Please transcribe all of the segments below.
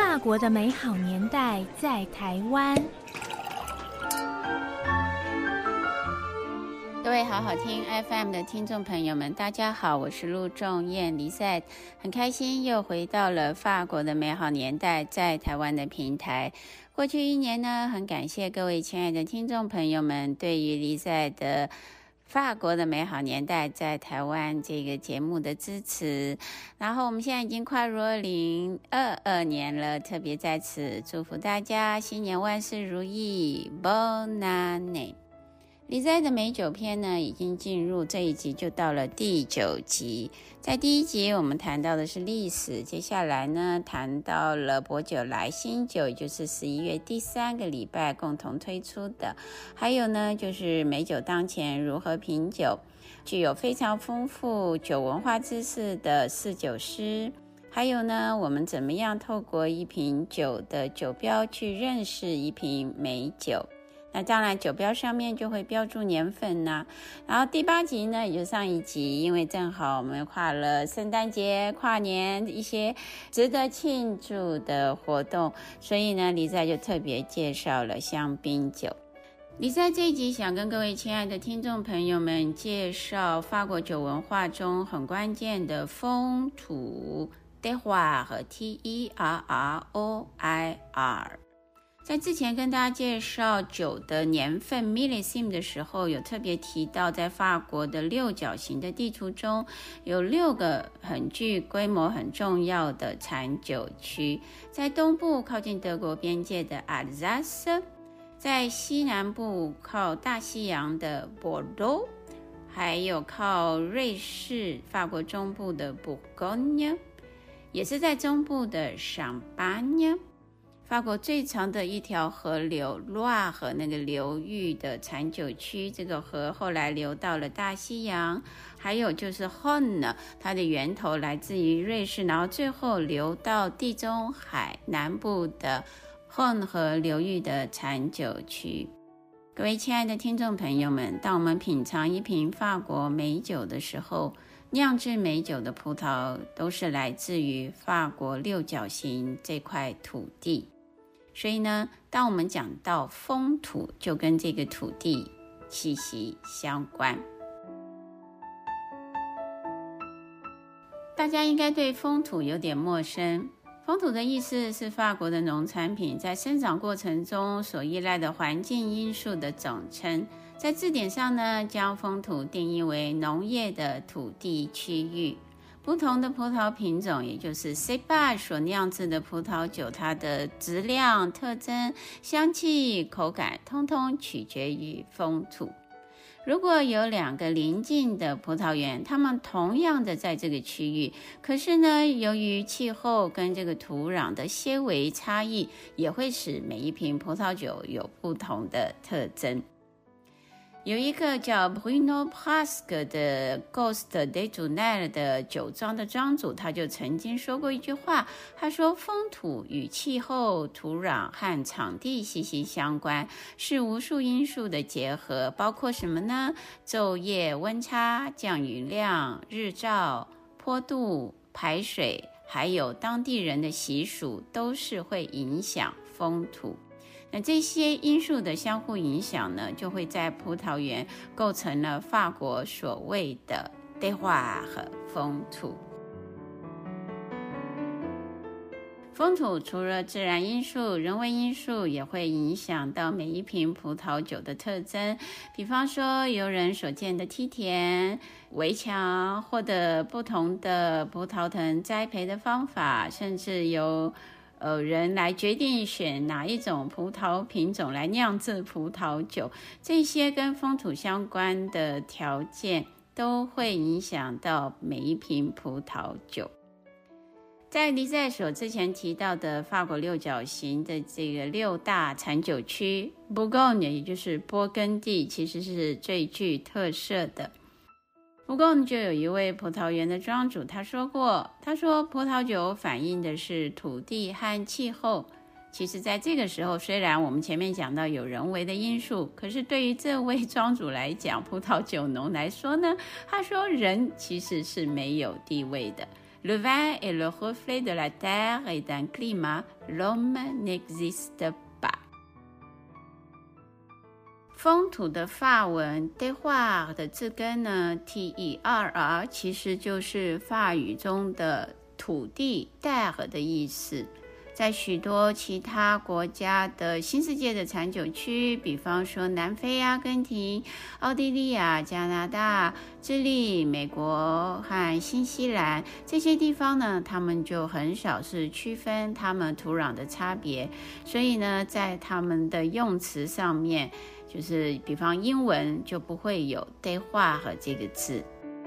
法国的美好年代在台湾。 各位好好听 FM 的听众朋友们，大家好，我是陆仲燕黎赛，很开心又回到了法国的美好年代在台湾的平台。过去一年呢，很感谢各位亲爱的听众朋友们对于黎赛的法国的美好年代在台湾这个节目的支持，然后我们现在已经跨入2022年了，特别在此祝福大家新年万事如意 Bonne année。黎赛的美酒篇呢，已经进入这一集，就到了第9集。在第1集我们谈到的是历史，接下来呢谈到了薄酒莱新酒，也就是11月第3个礼拜共同推出的，还有呢就是美酒当前如何品酒，具有非常丰富酒文化知识的侍酒师，还有呢我们怎么样透过一瓶酒的酒标去认识一瓶美酒。那当然酒标上面就会标注年份啦。然后第8集呢，也就是上一集，因为正好我们跨了圣诞节、跨年一些值得庆祝的活动，所以呢黎赛就特别介绍了香槟酒。黎赛这一集想跟各位亲爱的听众朋友们介绍法国酒文化中很关键的风土 terroir 和 Terroir。在之前跟大家介绍酒的年份 millésime 的时候，有特别提到在法国的六角形的地图中有6个很具规模很重要的产酒区，在东部靠近德国边界的 Alsace， 在西南部靠大西洋的 Bordeaux， 还有靠瑞士法国中部的 Bourgogne， 也是在中部的 Champagne，法国最长的一条河流卢瓦河那个流域的产酒区，这个河后来流到了大西洋，还有就是 Rhône， 它的源头来自于瑞士，然后最后流到地中海南部的 Rhône 河流域的产酒区。各位亲爱的听众朋友们，当我们品尝一瓶法国美酒的时候，酿制美酒的葡萄都是来自于法国六角形这块土地，所以呢，当我们讲到风土，就跟这个土地息息相关。大家应该对风土有点陌生。风土的意思是法国的农产品在生长过程中所依赖的环境因素的总称。在字典上呢，将风土定义为农业的土地区域。不同的葡萄品种，也就是 cépage 所酿制的葡萄酒，它的质量、特征、香气、口感，通通取决于风土。如果有2个邻近的葡萄园，它们同样的在这个区域，可是呢，由于气候跟这个土壤的些微差异，也会使每一瓶葡萄酒有不同的特征。有一个叫 Bruno Prasque 的 Ghost de Tournelle 的酒庄的庄主，他就曾经说过一句话，他说风土与气候、土壤和场地息息相关，是无数因素的结合，包括什么呢？昼夜温差、降雨量、日照、坡度、排水，还有当地人的习俗，都是会影响风土。那这些因素的相互影响呢，就会在葡萄园构成了法国所谓的 terroir 和风土。风土除了自然因素，人为因素也会影响到每一瓶葡萄酒的特征。比方说由人所建的梯田、围墙，或者不同的葡萄藤栽培的方法，甚至由人来决定选哪一种葡萄品种来酿制葡萄酒，这些跟风土相关的条件都会影响到每一瓶葡萄酒。在黎赛所之前提到的法国六角形的这个6大产酒区 Bourgogne， 也就是波根地，其实是最具特色的。Bourgogne就有一位葡萄园的庄主，他说葡萄酒反映的是土地和气候。其实在这个时候，虽然我们前面讲到有人为的因素，可是对于这位庄主来讲，葡萄酒农来说呢，他说人其实是没有地位的， Le vin est le reflet de la terre et d'un climat, l'homme n'existe pas。风土的法文 terroir 的字根呢 terr 其实就是法语中的土地 terre 的意思。在许多其他国家的新世界的产酒区，比方说南非、阿根廷、奥地利亚、加拿大、智利、美国和新西兰这些地方呢，他们就很少是区分他们土壤的差别，所以呢，在他们的用词上面，就是比方英文就不会有 terroir 这个字。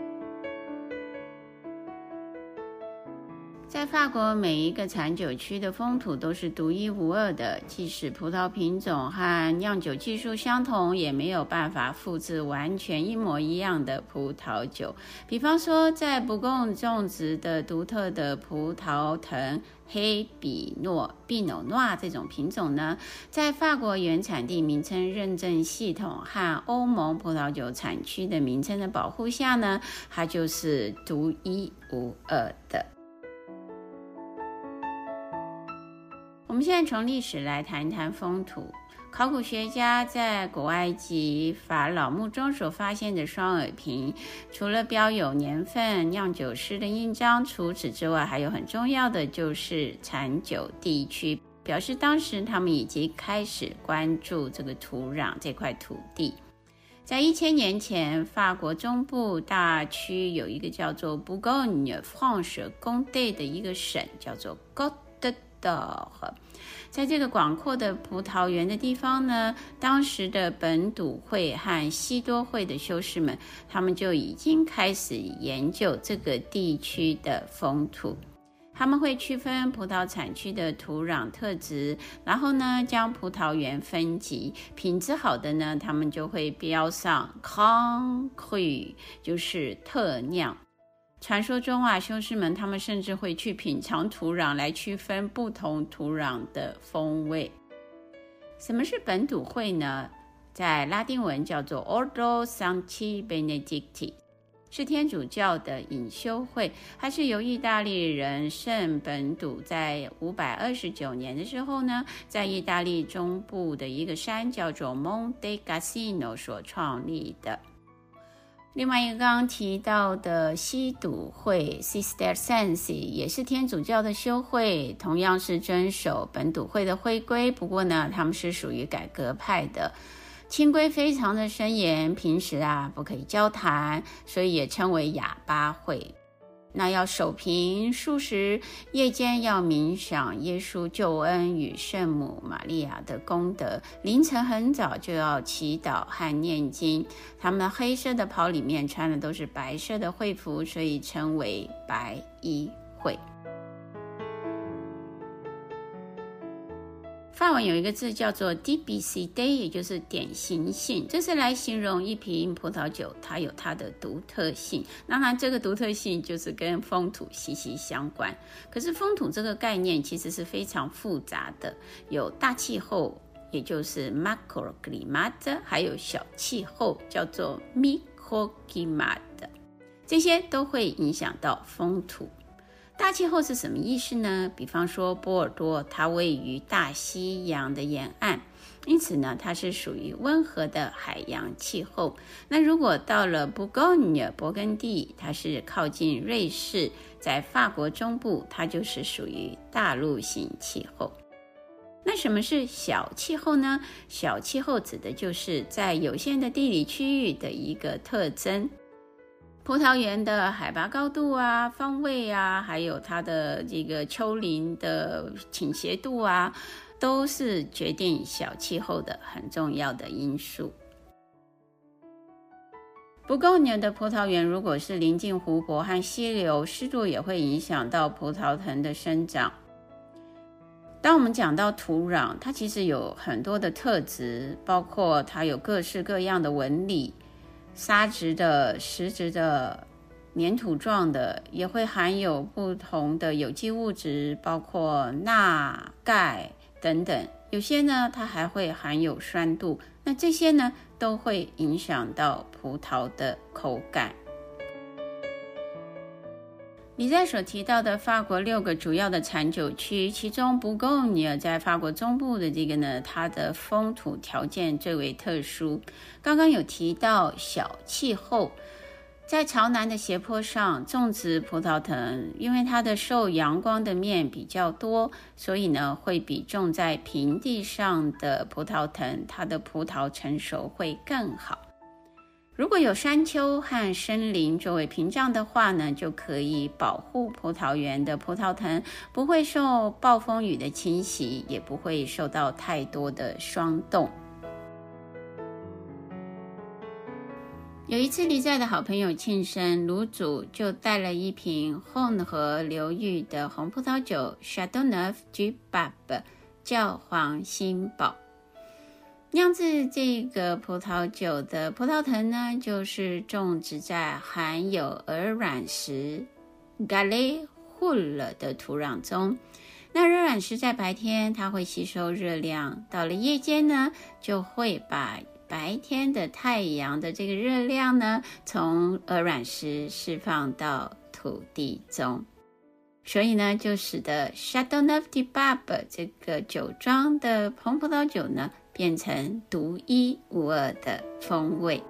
在法国，每一个产酒区的风土都是独一无二的，即使葡萄品种和酿酒技术相同，也没有办法复制完全一模一样的葡萄酒。比方说，在布贡种植的独特的葡萄藤黑比诺 Pinot Noir 这种品种呢，在法国原产地名称认证系统和欧盟葡萄酒产区的名称的保护下呢，它就是独一无二的。我们现在从历史来谈一谈风土。考古学家在古埃及法老墓中所发现的双耳瓶，除了标有年份、酿酒师的印章，除此之外，还有很重要的就是产酒地区，表示当时他们已经开始关注这个土壤这块土地。在1000年前，法国中部大区有一个叫做 Bourgogne-Franche-Comté 的一个省，叫做 Côte d'Or。在这个广阔的葡萄园的地方呢，当时的本笃会和西多会的修士们，他们就已经开始研究这个地区的风土。他们会区分葡萄产区的土壤特质，然后呢，将葡萄园分级，品质好的呢，他们就会标上 Grand Cru， 就是特酿。传说中啊，修士们他们甚至会去品尝土壤来区分不同土壤的风味。什么是本笃会呢？在拉丁文叫做 Ordo Sancti Benedicti， 是天主教的隐修会，它是由意大利人圣本笃在529年的时候呢，在意大利中部的一个山叫做 Monte Cassino 所创立的。另外一个刚刚提到的西笃会 Cisterciense 也是天主教的修会，同样是遵守本笃会的会规，不过呢，他们是属于改革派的，清规非常的森严，平时不可以交谈，所以也称为哑巴会。那要守贫素食，夜间要冥想耶稣救恩与圣母玛利亚的功德，凌晨很早就要祈祷和念经。他们黑色的袍里面穿的都是白色的会服，所以称为白衣会。法文有一个字叫做 typicité， 也就是典型性，这是来形容一瓶葡萄酒它有它的独特性。当然这个独特性就是跟风土息息相关，可是风土这个概念其实是非常复杂的，有大气候也就是 macroclimat， 还有小气候叫做 microclimat， 这些都会影响到风土。大气候是什么意思呢？比方说波尔多，它位于大西洋的沿岸，因此呢，它是属于温和的海洋气候。那如果到了 Bourgogne 勃艮第，它是靠近瑞士，在法国中部，它就是属于大陆型气候。那什么是小气候呢？小气候指的就是在有限的地理区域的一个特征。葡萄园的海拔高度方位还有它的这个丘陵的倾斜度都是决定小气候的很重要的因素。不够牛的葡萄园如果是临近湖泊和溪流，湿度也会影响到葡萄藤的生长。当我们讲到土壤，它其实有很多的特质，包括它有各式各样的纹理，沙质的、石质的、粘土状的，也会含有不同的有机物质，包括钠、钙等等。有些呢，它还会含有酸度，那这些呢，都会影响到葡萄的口感。 你在所提到的法国6个主要的产酒区，其中布贡尼尔在法国中部的这个呢，它的风土条件最为特殊。刚刚有提到小气候，在朝南的斜坡上种植葡萄藤，因为它的受阳光的面比较多，所以呢会比种在平地上的葡萄藤，它的葡萄成熟会更好。如果有山丘和森林作为屏障的话呢，就可以保护葡萄园的葡萄藤不会受暴风雨的侵袭，也不会受到太多的霜冻。有一次，黎在的好朋友庆生，卤煮就带了一瓶混合流域的红葡萄酒 Châteauneuf du Pape 教皇新堡。酿制这个葡萄酒的葡萄藤呢，就是种植在含有鹅卵石 Galets Roux 的土壤中。那鹅卵石在白天它会吸收热量，到了夜间呢，就会把白天的太阳的这个热量呢，从鹅卵石释放到土地中。所以呢，就使得 Châteauneuf du Pape 这个酒庄的红葡萄酒呢，变成独一无二的风味。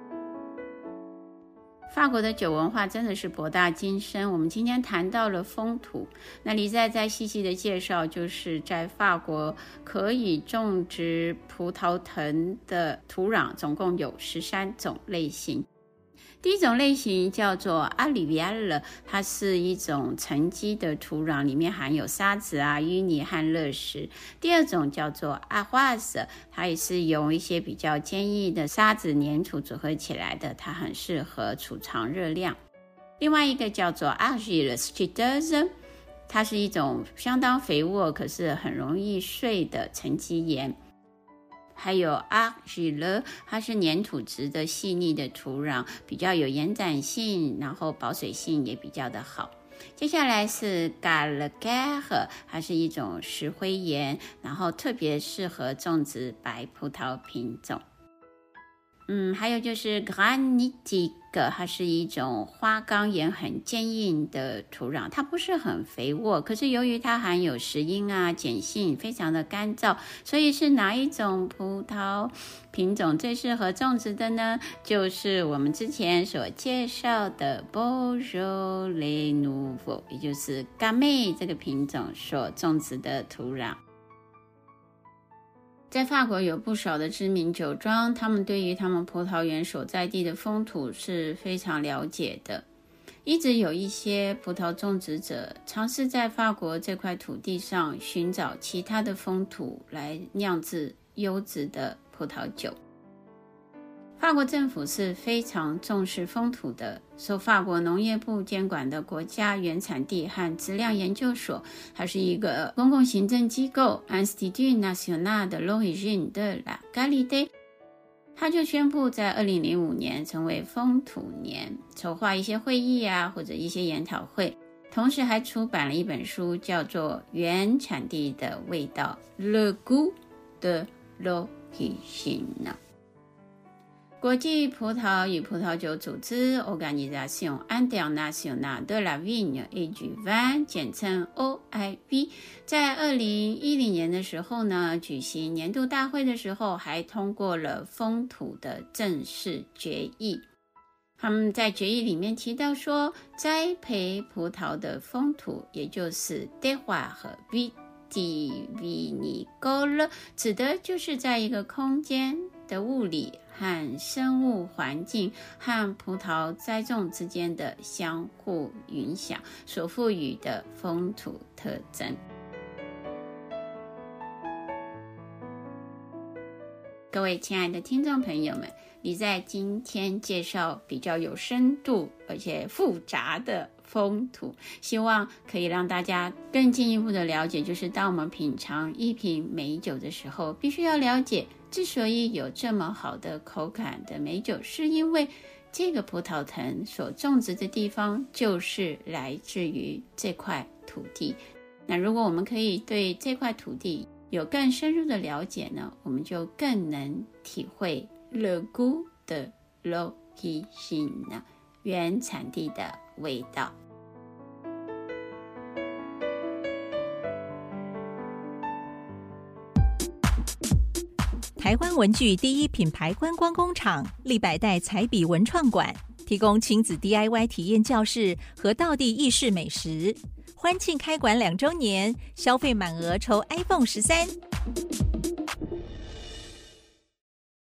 法国的酒文化真的是博大精深，我们今天谈到了风土，那黎在细细的介绍，就是在法国可以种植葡萄藤的土壤总共有13种类型。第一种类型叫做阿里维亚勒，它是一种沉积的土壤，里面含有沙子啊、淤泥和砾石。第二种叫做阿华斯，它也是由一些比较坚硬的沙子粘土组合起来的，它很适合储藏热量。另外一个叫做阿吉勒斯基德斯，它是一种相当肥沃可是很容易碎的沉积岩。还有阿吉勒，它是粘土质的细腻的土壤，比较有延展性，然后保水性也比较的好。接下来是 Galagare， 它是一种石灰岩，然后特别适合种植白葡萄品种。还有就是 Granitique， 它是一种花岗岩很坚硬的土壤，它不是很肥沃，可是由于它含有石英啊、碱性，非常的干燥，所以是哪一种葡萄品种最适合种植的呢？就是我们之前所介绍的 Beaujolais Nouveau， 也就是 Gamay 这个品种所种植的土壤。在法国有不少的知名酒庄，他们对于他们葡萄园所在地的风土是非常了解的。一直有一些葡萄种植者尝试在法国这块土地上寻找其他的风土来酿制优质的葡萄酒。法国政府是非常重视风土的，受法国农业部监管的国家原产地和质量研究所，它是一个公共行政机构 Institut National de l'Origine de la Qualité， 它就宣布在2005年成为风土年，筹划一些会议啊，或者一些研讨会，同时还出版了一本书，叫做《原产地的味道》Le Goût de l'Origine。国际葡萄与葡萄酒组织 Organisation Internationale de la Vigne et du Vin， 简称 OIV， 在2010年的时候呢，举行年度大会的时候，还通过了风土的正式决议。他们在决议里面提到说，栽培葡萄的风土，也就是 terroir 和 vitivinicole， 指的就是在一个空间的物理和生物环境和葡萄栽种之间的相互影响所赋予的风土特征。各位亲爱的听众朋友们，你在今天介绍比较有深度而且复杂的风土，希望可以让大家更进一步的了解，就是当我们品尝一瓶美酒的时候，必须要了解之所以有这么好的口感的美酒，是因为这个葡萄藤所种植的地方就是来自于这块土地。那如果我们可以对这块土地有更深入的了解呢，我们就更能体会 Le Goût de l'Origine， 原产地的味道。 台湾文具第一品牌观光工厂立百代彩笔文创馆，提供亲子 DIY 体验教室和道地意式美食。欢庆开馆2周年，消费满额抽 iPhone 13。